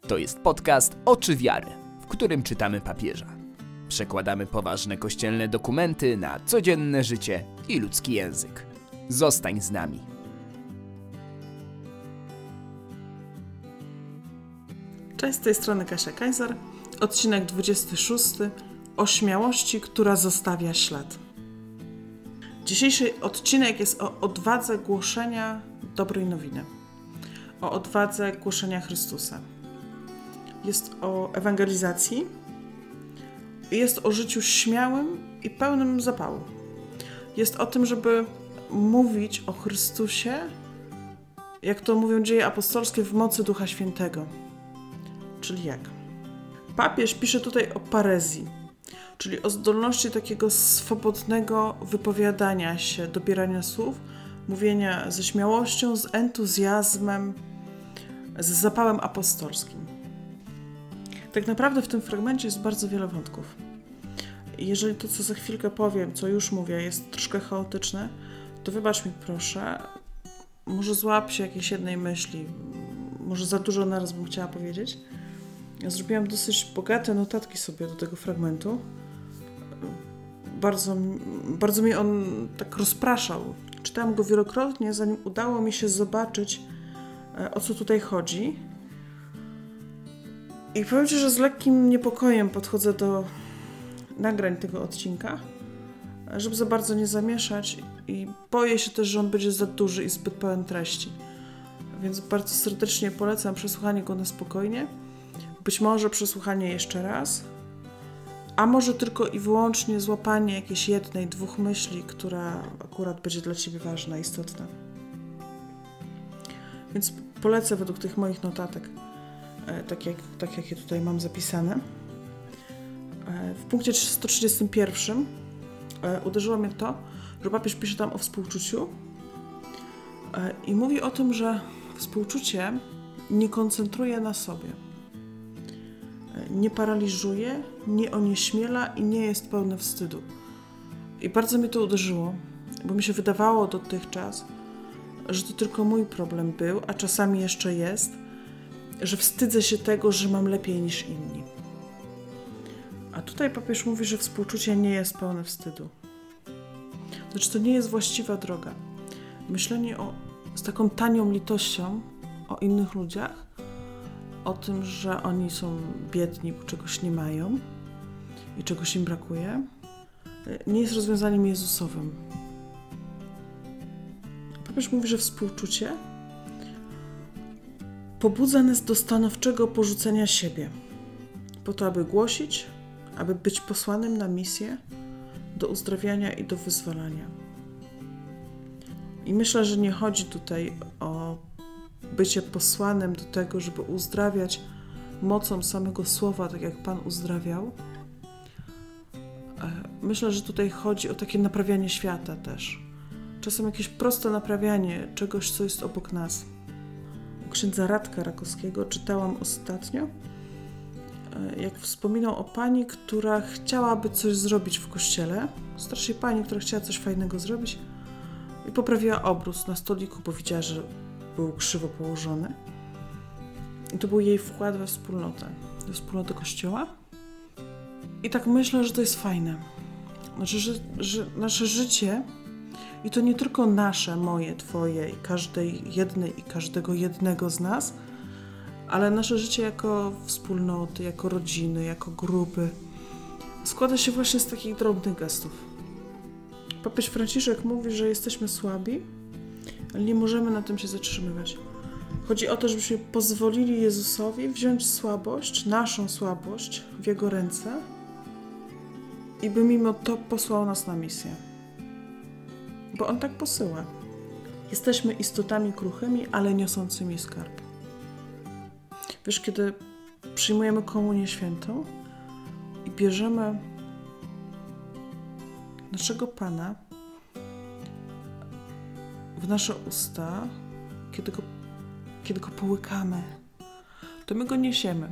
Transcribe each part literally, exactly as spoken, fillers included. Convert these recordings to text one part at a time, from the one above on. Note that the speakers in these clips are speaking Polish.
To jest podcast Oczy Wiary, w którym czytamy papieża. Przekładamy poważne kościelne dokumenty na codzienne życie i ludzki język. Zostań z nami. Cześć, z tej strony Kasia Kajzer, odcinek dwudziesty szósty o śmiałości, która zostawia ślad. Dzisiejszy odcinek jest o odwadze głoszenia dobrej nowiny, o odwadze głoszenia Chrystusa. Jest o ewangelizacji, jest o życiu śmiałym i pełnym zapału. Jest o tym, żeby mówić o Chrystusie, jak to mówią dzieje apostolskie, w mocy Ducha Świętego. Czyli jak? Papież pisze tutaj o parezji, czyli o zdolności takiego swobodnego wypowiadania się, dobierania słów, mówienia ze śmiałością, z entuzjazmem, z zapałem apostolskim. Tak naprawdę w tym fragmencie jest bardzo wiele wątków. Jeżeli to, co za chwilkę powiem, co już mówię, jest troszkę chaotyczne, to wybacz mi proszę, może złap się jakiejś jednej myśli, może za dużo naraz bym chciała powiedzieć. Ja zrobiłam dosyć bogate notatki sobie do tego fragmentu. Bardzo, bardzo mi on tak rozpraszał. Czytałam go wielokrotnie, zanim udało mi się zobaczyć, o co tutaj chodzi. I powiem Ci, że z lekkim niepokojem podchodzę do nagrań tego odcinka, żeby za bardzo nie zamieszać i boję się też, że on będzie za duży i zbyt pełen treści. Więc bardzo serdecznie polecam przesłuchanie go na spokojnie. Być może przesłuchanie jeszcze raz, a może tylko i wyłącznie złapanie jakiejś jednej, dwóch myśli, która akurat będzie dla Ciebie ważna, istotna. Więc polecę według tych moich notatek, tak jak, tak jak je tutaj mam zapisane. W punkcie sto trzydziestym pierwszym uderzyło mnie to, że papież pisze tam o współczuciu i mówi o tym, że współczucie nie koncentruje na sobie. Nie paraliżuje, nie onieśmiela i nie jest pełne wstydu. I bardzo mnie to uderzyło, bo mi się wydawało dotychczas, że to tylko mój problem był, a czasami jeszcze jest, że wstydzę się tego, że mam lepiej niż inni. A tutaj papież mówi, że współczucie nie jest pełne wstydu. Znaczy, to nie jest właściwa droga. Myślenie o, z taką tanią litością o innych ludziach, o tym, że oni są biedni, bo czegoś nie mają i czegoś im brakuje, nie jest rozwiązaniem jezusowym. Papież mówi, że współczucie pobudza nas do stanowczego porzucenia siebie, po to, aby głosić, aby być posłanym na misję do uzdrawiania i do wyzwalania. I myślę, że nie chodzi tutaj o bycie posłanym do tego, żeby uzdrawiać mocą samego słowa, tak jak Pan uzdrawiał. Myślę, że tutaj chodzi o takie naprawianie świata też. Czasem jakieś proste naprawianie czegoś, co jest obok nas. U księdza Radka Rakowskiego czytałam ostatnio, jak wspominał o pani, która chciałaby coś zrobić w kościele. Starszej pani, która chciała coś fajnego zrobić i poprawiła obrus na stoliku, bo widziała, że był krzywo położony. I to był jej wkład we wspólnotę, we wspólnotę Kościoła. I tak myślę, że to jest fajne. Znaczy, że, że nasze życie, i to nie tylko nasze, moje, twoje, i każdej jednej i każdego jednego z nas, ale nasze życie jako wspólnoty, jako rodziny, jako grupy, składa się właśnie z takich drobnych gestów. Papież Franciszek mówi, że jesteśmy słabi, ale nie możemy na tym się zatrzymywać. Chodzi o to, żebyśmy pozwolili Jezusowi wziąć słabość, naszą słabość w Jego ręce i by mimo to posłał nas na misję. Bo On tak posyła. Jesteśmy istotami kruchymi, ale niosącymi skarb. Wiesz, kiedy przyjmujemy komunię świętą i bierzemy naszego Pana w nasze usta, kiedy go, kiedy go połykamy, to my go niesiemy.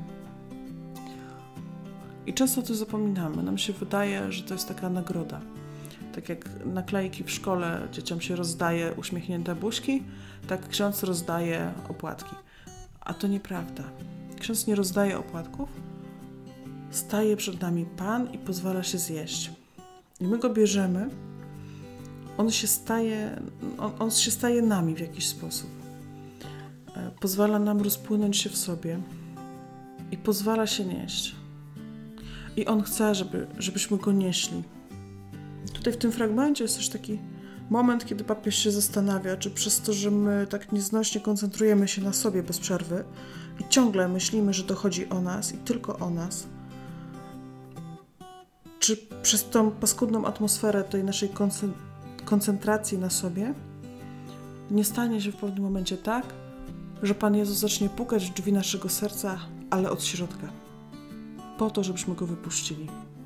I często to zapominamy. Nam się wydaje, że to jest taka nagroda. Tak jak naklejki w szkole dzieciom się rozdaje uśmiechnięte buźki, tak ksiądz rozdaje opłatki. A to nieprawda. ksiądz nie rozdaje opłatków, staje przed nami Pan i pozwala się zjeść. I my go bierzemy, on się staje, on, on się staje nami w jakiś sposób. Pozwala nam rozpłynąć się w sobie i pozwala się nieść. I on chce, żeby, żebyśmy go nieśli. Tutaj w tym fragmencie jest też taki moment, kiedy papież się zastanawia, czy przez to, że my tak nieznośnie koncentrujemy się na sobie bez przerwy i ciągle myślimy, że to chodzi o nas i tylko o nas, czy przez tą paskudną atmosferę tej naszej koncentracji na sobie nie stanie się w pewnym momencie tak, że Pan Jezus zacznie pukać w drzwi naszego serca, ale od środka, po to, żebyśmy Go wypuścili.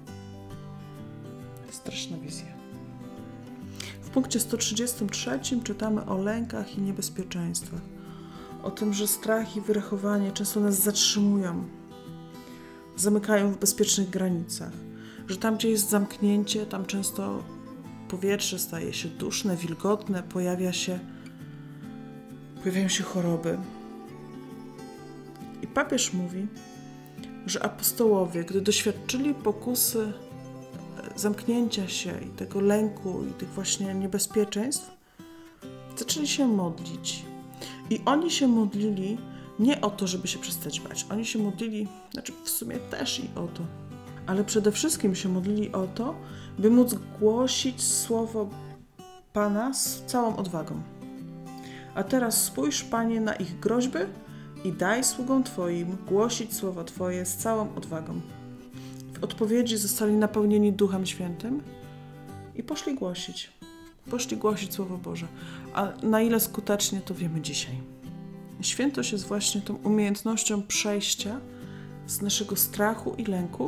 Straszna wizja. W punkcie sto trzydziestym trzecim czytamy o lękach i niebezpieczeństwach. O tym, że strach i wyrachowanie często nas zatrzymują, zamykają w bezpiecznych granicach. Że tam, gdzie jest zamknięcie, tam często powietrze staje się duszne, wilgotne, pojawia się, pojawiają się choroby. I papież mówi, że apostołowie, gdy doświadczyli pokusy zamknięcia się i tego lęku i tych właśnie niebezpieczeństw, zaczęli się modlić. I oni się modlili nie o to, żeby się przestać bać. Oni się modlili, znaczy w sumie też i o to, ale przede wszystkim się modlili o to, by móc głosić słowo Pana z całą odwagą. A teraz spójrz, Panie, na ich groźby i daj sługom Twoim głosić słowo Twoje z całą odwagą. W odpowiedzi zostali napełnieni Duchem Świętym i poszli głosić. Poszli głosić Słowo Boże. A na ile skutecznie, to wiemy dzisiaj. Świętość jest właśnie tą umiejętnością przejścia z naszego strachu i lęków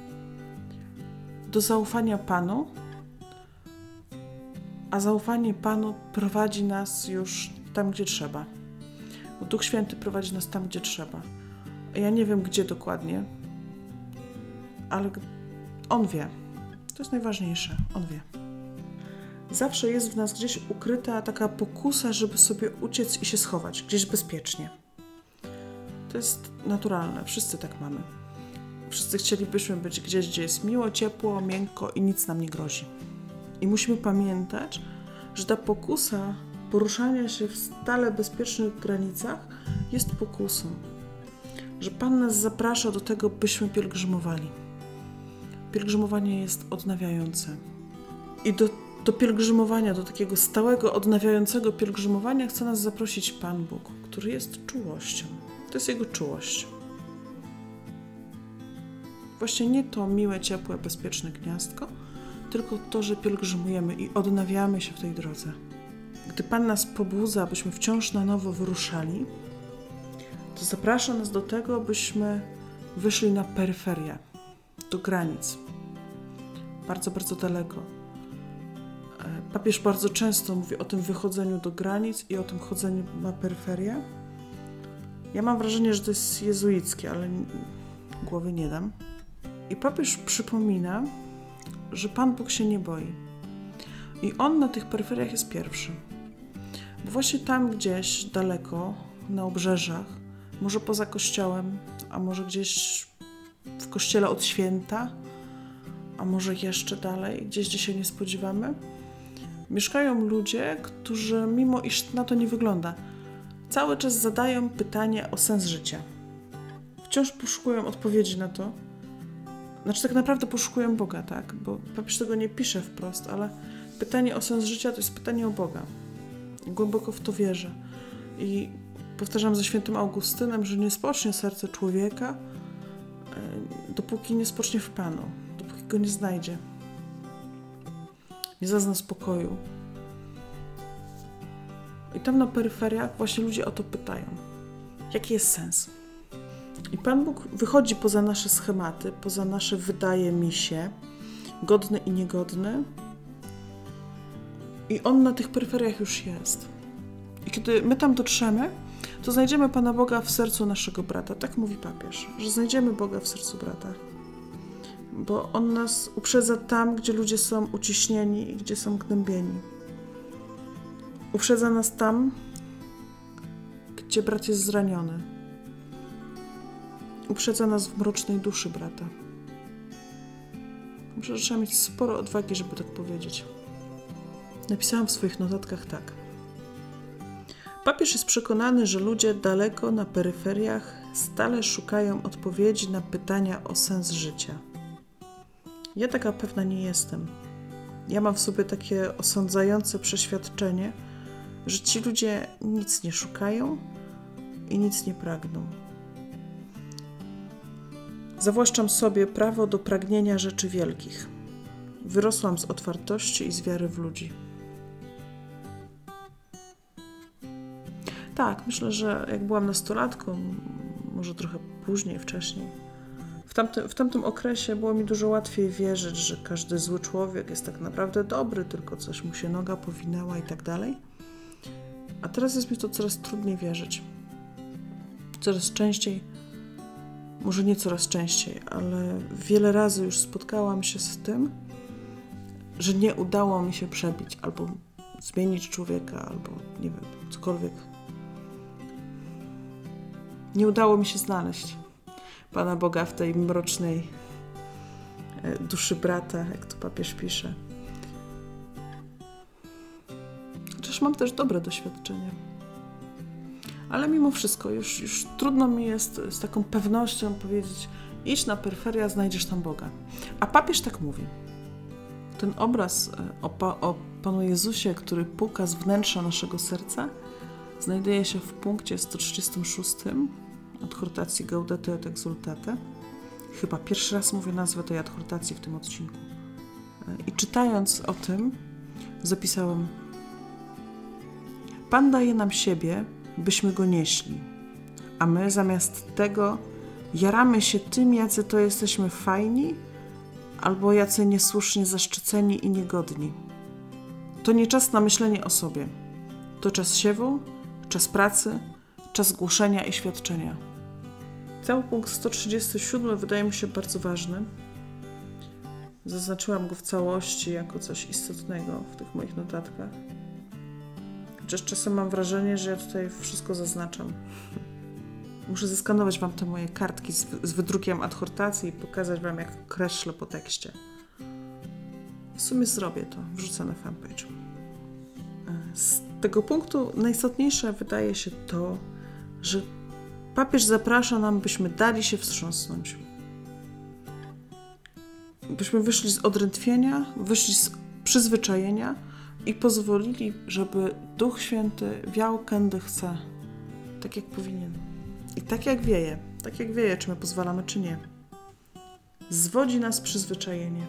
do zaufania Panu, a zaufanie Panu prowadzi nas już tam, gdzie trzeba. Bo Duch Święty prowadzi nas tam, gdzie trzeba. Ja nie wiem, gdzie dokładnie, ale On wie. To jest najważniejsze. On wie. Zawsze jest w nas gdzieś ukryta taka pokusa, żeby sobie uciec i się schować, gdzieś bezpiecznie. To jest naturalne. Wszyscy tak mamy. Wszyscy chcielibyśmy być gdzieś, gdzie jest miło, ciepło, miękko i nic nam nie grozi. I musimy pamiętać, że ta pokusa poruszania się w stale bezpiecznych granicach jest pokusą. Że Pan nas zaprasza do tego, byśmy pielgrzymowali. Pielgrzymowanie jest odnawiające. I do, do pielgrzymowania, do takiego stałego, odnawiającego pielgrzymowania chce nas zaprosić Pan Bóg, który jest czułością. To jest Jego czułość. Właśnie nie to miłe, ciepłe, bezpieczne gniazdko, tylko to, że pielgrzymujemy i odnawiamy się w tej drodze. Gdy Pan nas pobudza, abyśmy wciąż na nowo wyruszali, to zaprasza nas do tego, byśmy wyszli na peryferię, do granic. Bardzo, bardzo daleko. Papież bardzo często mówi o tym wychodzeniu do granic i o tym chodzeniu na peryferię. Ja mam wrażenie, że to jest jezuickie, ale głowy nie dam. I papież przypomina, że Pan Bóg się nie boi. I On na tych peryferiach jest pierwszy. Bo właśnie tam gdzieś daleko, na obrzeżach, może poza kościołem, a może gdzieś w kościele od święta, a może jeszcze dalej, gdzieś, gdzie się nie spodziewamy, mieszkają ludzie, którzy mimo iż na to nie wygląda, cały czas zadają pytanie o sens życia. Wciąż poszukują odpowiedzi na to. Znaczy tak naprawdę poszukują Boga, tak? Bo papież tego nie pisze wprost, ale pytanie o sens życia to jest pytanie o Boga. Głęboko w to wierzę. I powtarzam ze świętym Augustynem, że nie spocznie serce człowieka, dopóki nie spocznie w Panu, dopóki go nie znajdzie. Nie zazna spokoju. I tam na peryferiach właśnie ludzie o to pytają. Jaki jest sens? I Pan Bóg wychodzi poza nasze schematy, poza nasze wydaje mi się, godny i niegodny. I On na tych peryferiach już jest. I kiedy my tam dotrzemy, to znajdziemy Pana Boga w sercu naszego brata. Tak mówi papież, że znajdziemy Boga w sercu brata. Bo On nas uprzedza tam, gdzie ludzie są uciśnieni i gdzie są gnębieni. Uprzedza nas tam, gdzie brat jest zraniony. uprzedza nas w mrocznej duszy brata. Myślę, że trzeba mieć sporo odwagi, żeby tak powiedzieć. Napisałam w swoich notatkach tak. Papież jest przekonany, że ludzie daleko na peryferiach stale szukają odpowiedzi na pytania o sens życia. Ja taka pewna nie jestem. Ja mam w sobie takie osądzające przeświadczenie, że ci ludzie nic nie szukają i nic nie pragną. Zawłaszczam sobie prawo do pragnienia rzeczy wielkich. Wyrosłam z otwartości i z wiary w ludzi. Tak, myślę, że jak byłam nastolatką, może trochę później, wcześniej, w tamtym, w tamtym okresie było mi dużo łatwiej wierzyć, że każdy zły człowiek jest tak naprawdę dobry, tylko coś mu się noga powinęła i tak dalej. A teraz jest mi to coraz trudniej wierzyć. Coraz częściej, może nie coraz częściej, ale wiele razy już spotkałam się z tym, że nie udało mi się przebić albo zmienić człowieka, albo nie wiem, cokolwiek. Nie udało mi się znaleźć Pana Boga w tej mrocznej duszy brata, jak to papież pisze. Chociaż mam też dobre doświadczenia. Ale mimo wszystko już, już trudno mi jest z taką pewnością powiedzieć, idź na peryferię, znajdziesz tam Boga. A papież tak mówi. Ten obraz o, pa, o Panu Jezusie, który puka z wnętrza naszego serca, znajduje się w punkcie sto trzydziestym szóstym adhortacji Gaudete et Exsultate. Chyba pierwszy raz mówię nazwę tej adhortacji w tym odcinku. I czytając o tym, zapisałem: Pan daje nam siebie, byśmy Go nieśli, a my zamiast tego jaramy się tym, jacy to jesteśmy fajni, albo jacy niesłusznie zaszczyceni i niegodni. To nie czas na myślenie o sobie. To czas siewu, czas pracy, czas głoszenia i świadczenia. Cały punkt sto trzydziesty siódmy wydaje mi się bardzo ważny. Zaznaczyłam go w całości jako coś istotnego w tych moich notatkach. Chociaż czasem mam wrażenie, że ja tutaj wszystko zaznaczam. Muszę zeskanować wam te moje kartki z, z wydrukiem adhortacji i pokazać wam, jak kreślę po tekście. W sumie zrobię to, wrzucę na fanpage. Z tego punktu najistotniejsze wydaje się to, że papież zaprasza nam, byśmy dali się wstrząsnąć. Byśmy wyszli z odrętwienia, wyszli z przyzwyczajenia i pozwolili, żeby Duch Święty wiał kędy chce, tak jak powinien. I tak jak wieje, tak jak wieje, czy my pozwalamy, czy nie. Zwodzi nas przyzwyczajenie.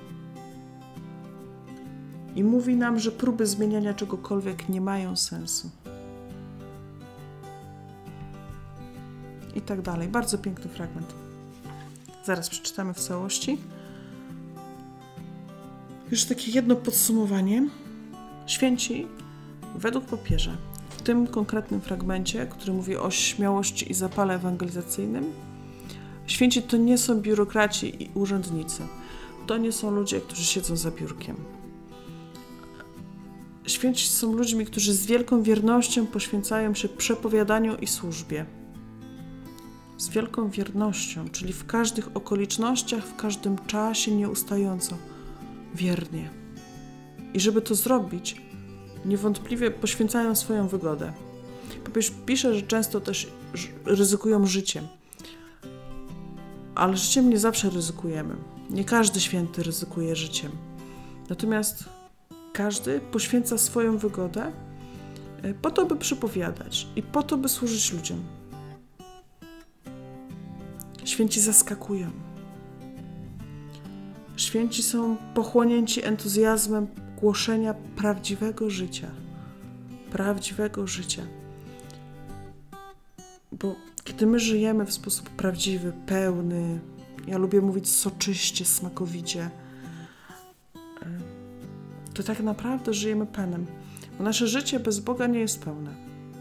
I mówi nam, że próby zmieniania czegokolwiek nie mają sensu. I tak dalej. Bardzo piękny fragment. Zaraz przeczytamy w całości. Już takie jedno podsumowanie. Święci, według papieża, w tym konkretnym fragmencie, który mówi o śmiałości i zapale ewangelizacyjnym, święci to nie są biurokraci i urzędnicy. To nie są ludzie, którzy siedzą za biurkiem. Święci są ludźmi, którzy z wielką wiernością poświęcają się przepowiadaniu i służbie. Z wielką wiernością, czyli w każdych okolicznościach, w każdym czasie, nieustająco, wiernie. I żeby to zrobić, niewątpliwie poświęcają swoją wygodę. Papież pisze, że często też ryzykują życiem. Ale życiem nie zawsze ryzykujemy. Nie każdy święty ryzykuje życiem. Natomiast każdy poświęca swoją wygodę po to, by przypowiadać i po to, by służyć ludziom. Święci zaskakują. Święci są pochłonięci entuzjazmem głoszenia prawdziwego życia. Prawdziwego życia. Bo kiedy my żyjemy w sposób prawdziwy, pełny, ja lubię mówić soczyście, smakowicie, to tak naprawdę żyjemy Panem. Bo nasze życie bez Boga nie jest pełne.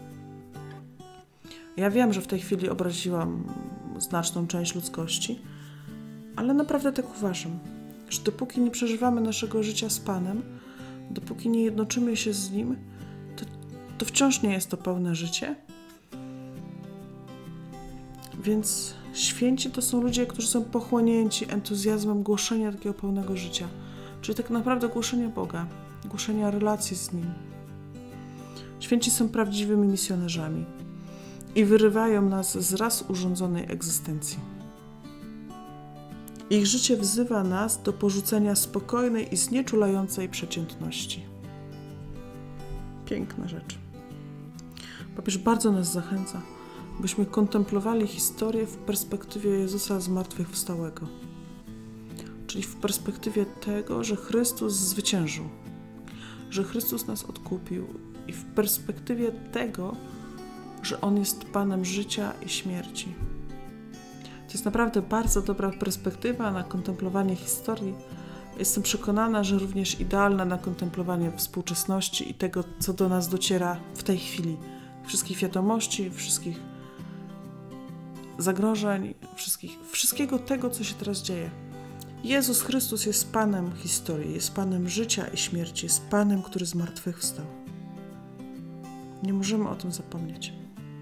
Ja wiem, że w tej chwili obraziłam znaczną część ludzkości, ale naprawdę tak uważam, że dopóki nie przeżywamy naszego życia z Panem, dopóki nie jednoczymy się z Nim, to, to wciąż nie jest to pełne życie. Więc Święci to są ludzie, którzy są pochłonięci entuzjazmem głoszenia takiego pełnego życia. Czyli tak naprawdę głoszenia Boga, głoszenia relacji z Nim. Święci są prawdziwymi misjonarzami i wyrywają nas z raz urządzonej egzystencji. Ich życie wzywa nas do porzucenia spokojnej i znieczulającej przeciętności. Piękna rzecz. Papież bardzo nas zachęca, byśmy kontemplowali historię w perspektywie Jezusa zmartwychwstałego. Czyli w perspektywie tego, że Chrystus zwyciężył, że Chrystus nas odkupił i w perspektywie tego, że On jest Panem życia i śmierci. To jest naprawdę bardzo dobra perspektywa na kontemplowanie historii. Jestem przekonana, że również idealna na kontemplowanie współczesności i tego, co do nas dociera w tej chwili. Wszystkich wiadomości, wszystkich zagrożeń, wszystkich, wszystkiego tego, co się teraz dzieje. Jezus Chrystus jest Panem historii, jest Panem życia i śmierci, jest Panem, który zmartwychwstał. Nie możemy o tym zapomnieć.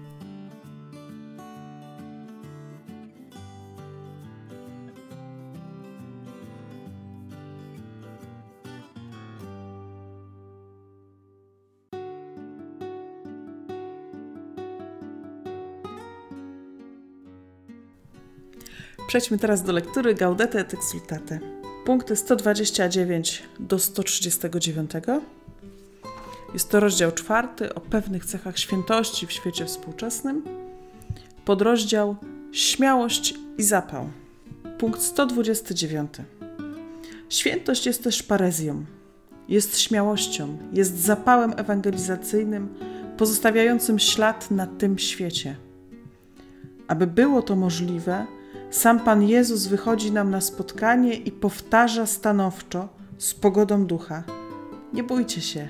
Przejdźmy teraz do lektury Gaudete et Exsultate. Punkty sto dwadzieścia dziewięć do sto trzydziestego dziewiątego. Jest to rozdział czwarty o pewnych cechach świętości w świecie współczesnym. Podrozdział Śmiałość i zapał. Punkt sto dwudziesty dziewiąty. Świętość jest też parezją, jest śmiałością, jest zapałem ewangelizacyjnym pozostawiającym ślad na tym świecie. Aby było to możliwe, sam Pan Jezus wychodzi nam na spotkanie i powtarza stanowczo z pogodą ducha: nie bójcie się.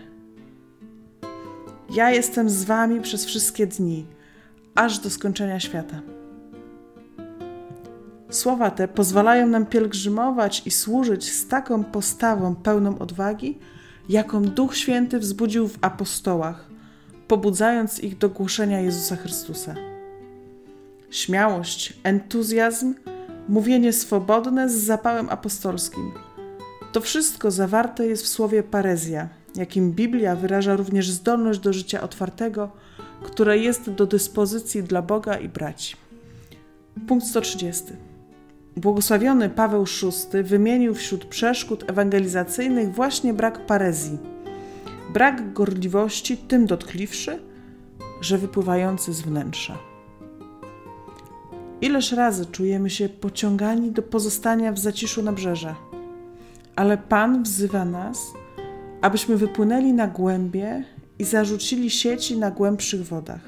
Ja jestem z wami przez wszystkie dni, aż do skończenia świata. Słowa te pozwalają nam pielgrzymować i służyć z taką postawą pełną odwagi, jaką Duch Święty wzbudził w apostołach, pobudzając ich do głoszenia Jezusa Chrystusa. Śmiałość, entuzjazm, mówienie swobodne z zapałem apostolskim. To wszystko zawarte jest w słowie parezja, jakim Biblia wyraża również zdolność do życia otwartego, które jest do dyspozycji dla Boga i braci. Punkt sto trzydziesty. Błogosławiony Paweł szósty wymienił wśród przeszkód ewangelizacyjnych właśnie brak parezji. Brak gorliwości, tym dotkliwszy, że wypływający z wnętrza. Ileż razy czujemy się pociągani do pozostania w zaciszu nabrzeża, ale Pan wzywa nas, abyśmy wypłynęli na głębie i zarzucili sieci na głębszych wodach.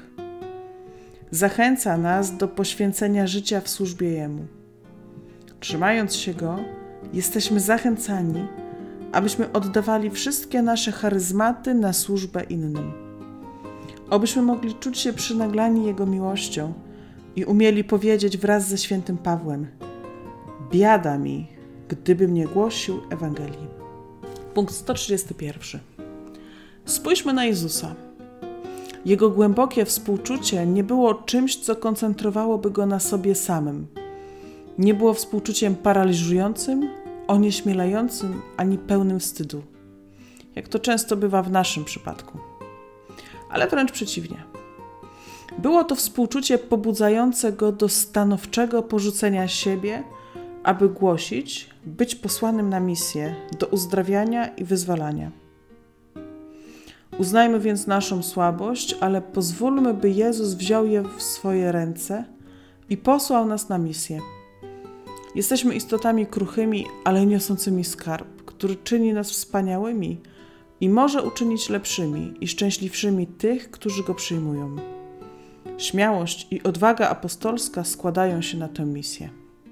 Zachęca nas do poświęcenia życia w służbie Jemu. Trzymając się Go, jesteśmy zachęcani, abyśmy oddawali wszystkie nasze charyzmaty na służbę innym. Obyśmy mogli czuć się przynaglani Jego miłością i umieli powiedzieć wraz ze świętym Pawłem: biada mi, gdybym nie głosił Ewangelii. Punkt sto trzydziesty pierwszy. Spójrzmy na Jezusa. Jego głębokie współczucie nie było czymś, co koncentrowałoby Go na sobie samym. Nie było współczuciem paraliżującym, onieśmielającym, ani pełnym wstydu, jak to często bywa w naszym przypadku. Ale wręcz przeciwnie. Było to współczucie pobudzające Go do stanowczego porzucenia siebie, aby głosić, być posłanym na misję, do uzdrawiania i wyzwalania. Uznajmy więc naszą słabość, ale pozwólmy, by Jezus wziął je w swoje ręce i posłał nas na misję. Jesteśmy istotami kruchymi, ale niosącymi skarb, który czyni nas wspaniałymi i może uczynić lepszymi i szczęśliwszymi tych, którzy Go przyjmują. Śmiałość i odwaga apostolska składają się na tę misję.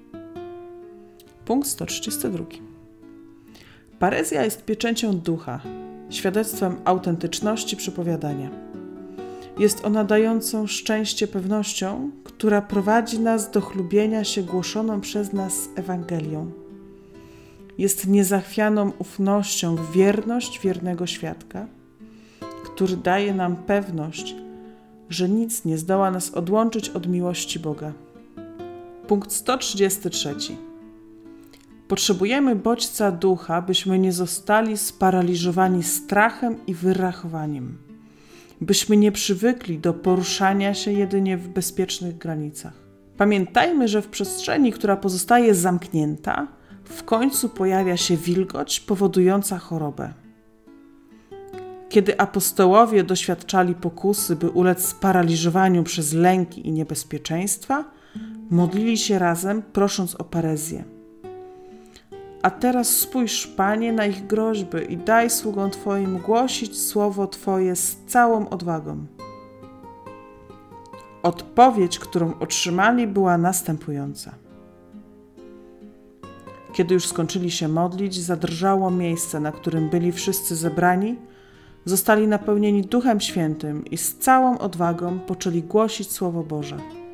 Punkt sto trzydziesty drugi. Parezja jest pieczęcią ducha, świadectwem autentyczności przepowiadania. Jest ona dającą szczęście pewnością, która prowadzi nas do chlubienia się głoszoną przez nas Ewangelią. Jest niezachwianą ufnością w wierność wiernego świadka, który daje nam pewność, że nic nie zdoła nas odłączyć od miłości Boga. Punkt sto trzydziesty trzy. Potrzebujemy bodźca ducha, byśmy nie zostali sparaliżowani strachem i wyrachowaniem. Byśmy nie przywykli do poruszania się jedynie w bezpiecznych granicach. Pamiętajmy, że w przestrzeni, która pozostaje zamknięta, w końcu pojawia się wilgoć powodująca chorobę. Kiedy apostołowie doświadczali pokusy, by ulec sparaliżowaniu przez lęki i niebezpieczeństwa, modlili się razem, prosząc o parezję. A teraz spójrz, Panie, na ich groźby i daj sługom Twoim głosić słowo Twoje z całą odwagą. Odpowiedź, którą otrzymali, była następująca. Kiedy już skończyli się modlić, zadrżało miejsce, na którym byli wszyscy zebrani, zostali napełnieni Duchem Świętym i z całą odwagą poczęli głosić Słowo Boże.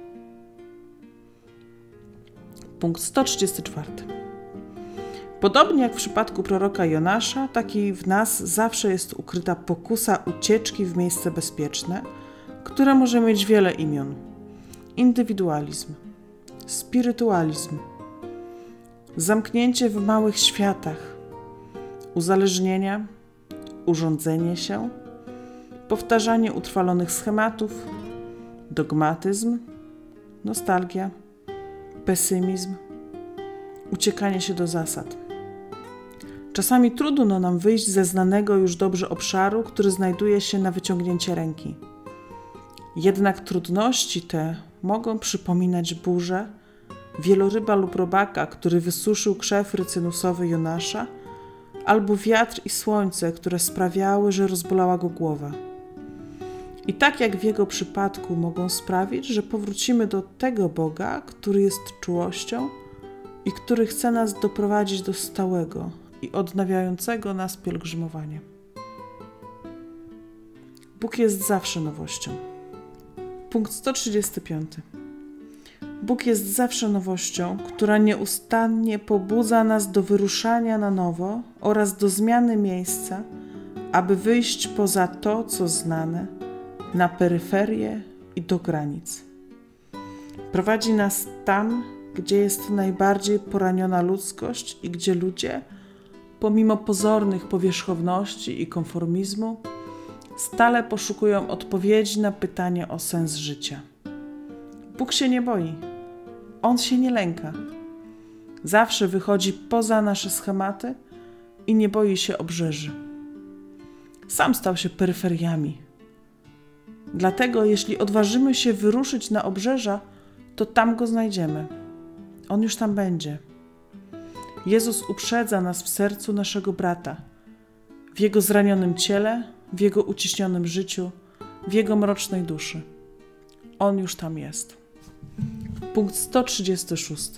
Punkt sto trzydziesty cztery. Podobnie jak w przypadku proroka Jonasza, tak i w nas zawsze jest ukryta pokusa ucieczki w miejsce bezpieczne, które może mieć wiele imion. Indywidualizm, spirytualizm, zamknięcie w małych światach, uzależnienia, urządzenie się, powtarzanie utrwalonych schematów, dogmatyzm, nostalgia, pesymizm, uciekanie się do zasad. Czasami trudno nam wyjść ze znanego już dobrze obszaru, który znajduje się na wyciągnięcie ręki. Jednak trudności te mogą przypominać burzę, wieloryba lub robaka, który wysuszył krzew rycynusowy Jonasza, albo wiatr i słońce, które sprawiały, że rozbolała go głowa. I tak jak w jego przypadku mogą sprawić, że powrócimy do tego Boga, który jest czułością i który chce nas doprowadzić do stałego i odnawiającego nas pielgrzymowania. Bóg jest zawsze nowością. Punkt sto trzydziesty pięć. Bóg jest zawsze nowością, która nieustannie pobudza nas do wyruszania na nowo oraz do zmiany miejsca, aby wyjść poza to, co znane, na peryferię i do granic. Prowadzi nas tam, gdzie jest najbardziej poraniona ludzkość i gdzie ludzie, pomimo pozornych powierzchowności i konformizmu, stale poszukują odpowiedzi na pytanie o sens życia. Bóg się nie boi. On się nie lęka. Zawsze wychodzi poza nasze schematy i nie boi się obrzeży. Sam stał się peryferiami. Dlatego, jeśli odważymy się wyruszyć na obrzeża, to tam go znajdziemy. On już tam będzie. Jezus uprzedza nas w sercu naszego brata, w jego zranionym ciele, w jego uciśnionym życiu, w jego mrocznej duszy. On już tam jest. Punkt sto trzydziesty szósty.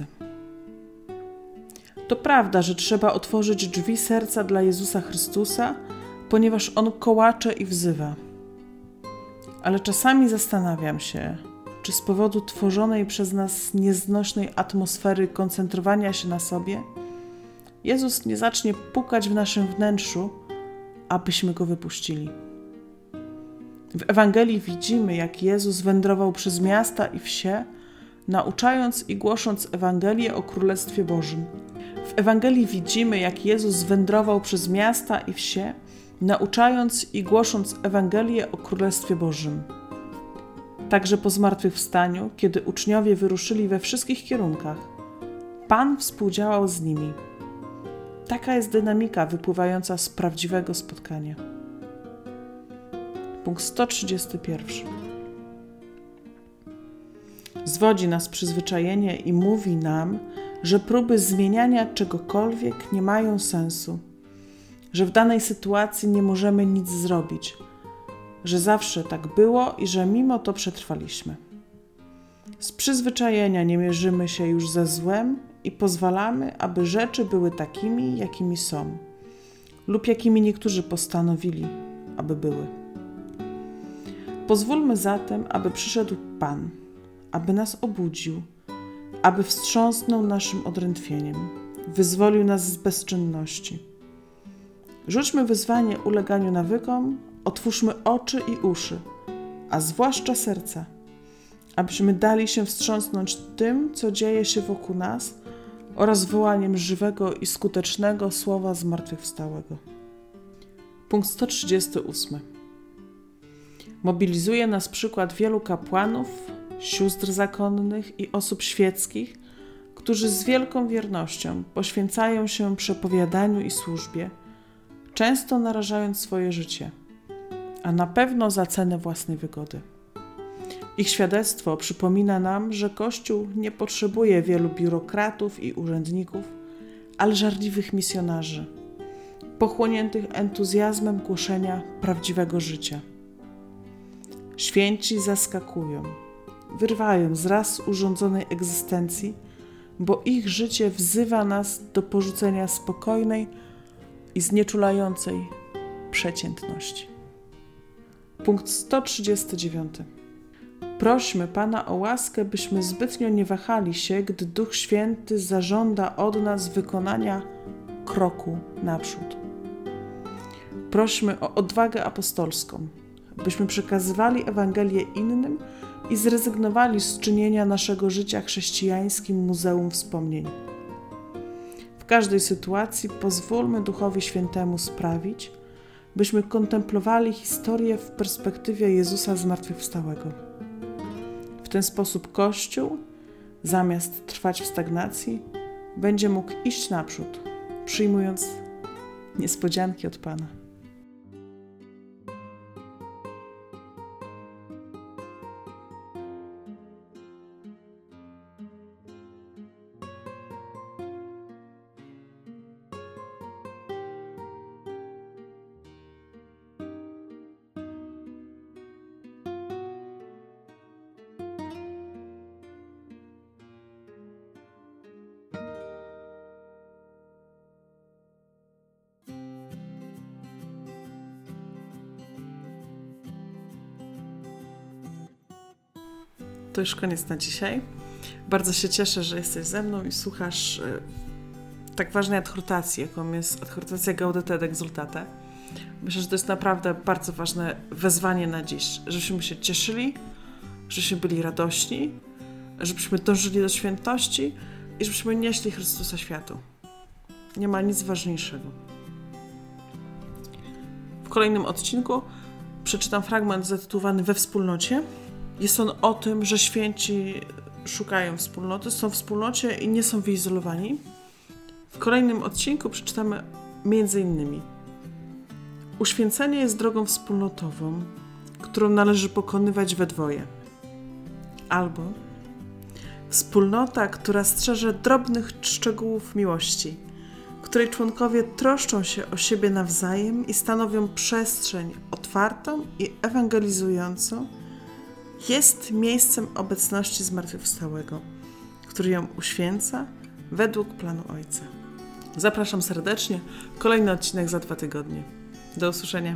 To prawda, że trzeba otworzyć drzwi serca dla Jezusa Chrystusa, ponieważ On kołacze i wzywa. Ale czasami zastanawiam się, czy z powodu tworzonej przez nas nieznośnej atmosfery koncentrowania się na sobie, Jezus nie zacznie pukać w naszym wnętrzu, abyśmy Go wypuścili. W Ewangelii widzimy, jak Jezus wędrował przez miasta i wsie, nauczając i głosząc Ewangelię o Królestwie Bożym. W Ewangelii widzimy, jak Jezus wędrował przez miasta i wsie, nauczając i głosząc Ewangelię o Królestwie Bożym. Także po zmartwychwstaniu, kiedy uczniowie wyruszyli we wszystkich kierunkach, Pan współdziałał z nimi. Taka jest dynamika wypływająca z prawdziwego spotkania. Punkt sto trzydziesty pierwszy. Zwodzi nas przyzwyczajenie i mówi nam, że próby zmieniania czegokolwiek nie mają sensu, że w danej sytuacji nie możemy nic zrobić, że zawsze tak było i że mimo to przetrwaliśmy. Z przyzwyczajenia nie mierzymy się już ze złem i pozwalamy, aby rzeczy były takimi, jakimi są, lub jakimi niektórzy postanowili, aby były. Pozwólmy zatem, aby przyszedł Pan, aby nas obudził, aby wstrząsnął naszym odrętwieniem, wyzwolił nas z bezczynności. Rzućmy wyzwanie uleganiu nawykom, otwórzmy oczy i uszy, a zwłaszcza serca, abyśmy dali się wstrząsnąć tym, co dzieje się wokół nas oraz wołaniem żywego i skutecznego słowa zmartwychwstałego. Punkt sto trzydziesty ósmy. Mobilizuje nas przykład wielu kapłanów, sióstr zakonnych i osób świeckich, którzy z wielką wiernością poświęcają się przepowiadaniu i służbie, często narażając swoje życie, a na pewno za cenę własnej wygody. Ich świadectwo przypomina nam, że Kościół nie potrzebuje wielu biurokratów i urzędników, ale żarliwych misjonarzy, pochłoniętych entuzjazmem głoszenia prawdziwego życia. Święci zaskakują, wyrwają z raz urządzonej egzystencji, bo ich życie wzywa nas do porzucenia spokojnej i znieczulającej przeciętności. Punkt sto trzydziesty dziewiąty. Prośmy Pana o łaskę, byśmy zbytnio nie wahali się, gdy Duch Święty zażąda od nas wykonania kroku naprzód. Prośmy o odwagę apostolską, byśmy przekazywali Ewangelię innym i zrezygnowali z czynienia naszego życia chrześcijańskim muzeum wspomnień. W każdej sytuacji pozwólmy Duchowi Świętemu sprawić, byśmy kontemplowali historię w perspektywie Jezusa zmartwychwstałego. W ten sposób Kościół, zamiast trwać w stagnacji, będzie mógł iść naprzód, przyjmując niespodzianki od Pana. To już koniec na dzisiaj. Bardzo się cieszę, że jesteś ze mną i słuchasz y, tak ważnej adhortacji, jaką jest adhortacja Gaudete et Exsultate. Myślę, że to jest naprawdę bardzo ważne wezwanie na dziś, żebyśmy się cieszyli, żebyśmy byli radośni, żebyśmy dążyli do świętości i żebyśmy nieśli Chrystusa światu. Nie ma nic ważniejszego. W kolejnym odcinku przeczytam fragment zatytułowany We wspólnocie. Jest on o tym, że święci szukają wspólnoty, są w wspólnocie i nie są wyizolowani. W kolejnym odcinku przeczytamy między innymi: uświęcenie jest drogą wspólnotową, którą należy pokonywać we dwoje. Albo wspólnota, która strzeże drobnych szczegółów miłości, której członkowie troszczą się o siebie nawzajem i stanowią przestrzeń otwartą i ewangelizującą, jest miejscem obecności zmartwychwstałego, który ją uświęca według planu Ojca. Zapraszam serdecznie. Kolejny odcinek za dwa tygodnie. Do usłyszenia.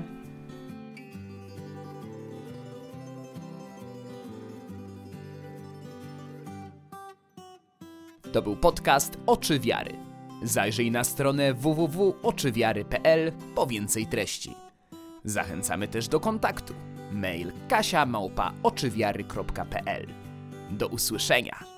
To był podcast Oczy Wiary. Zajrzyj na stronę w w w kropka oczy wiary kropka p l po więcej treści. Zachęcamy też do kontaktu. Mail kasia małpa oczywiary kropka p l. Do usłyszenia.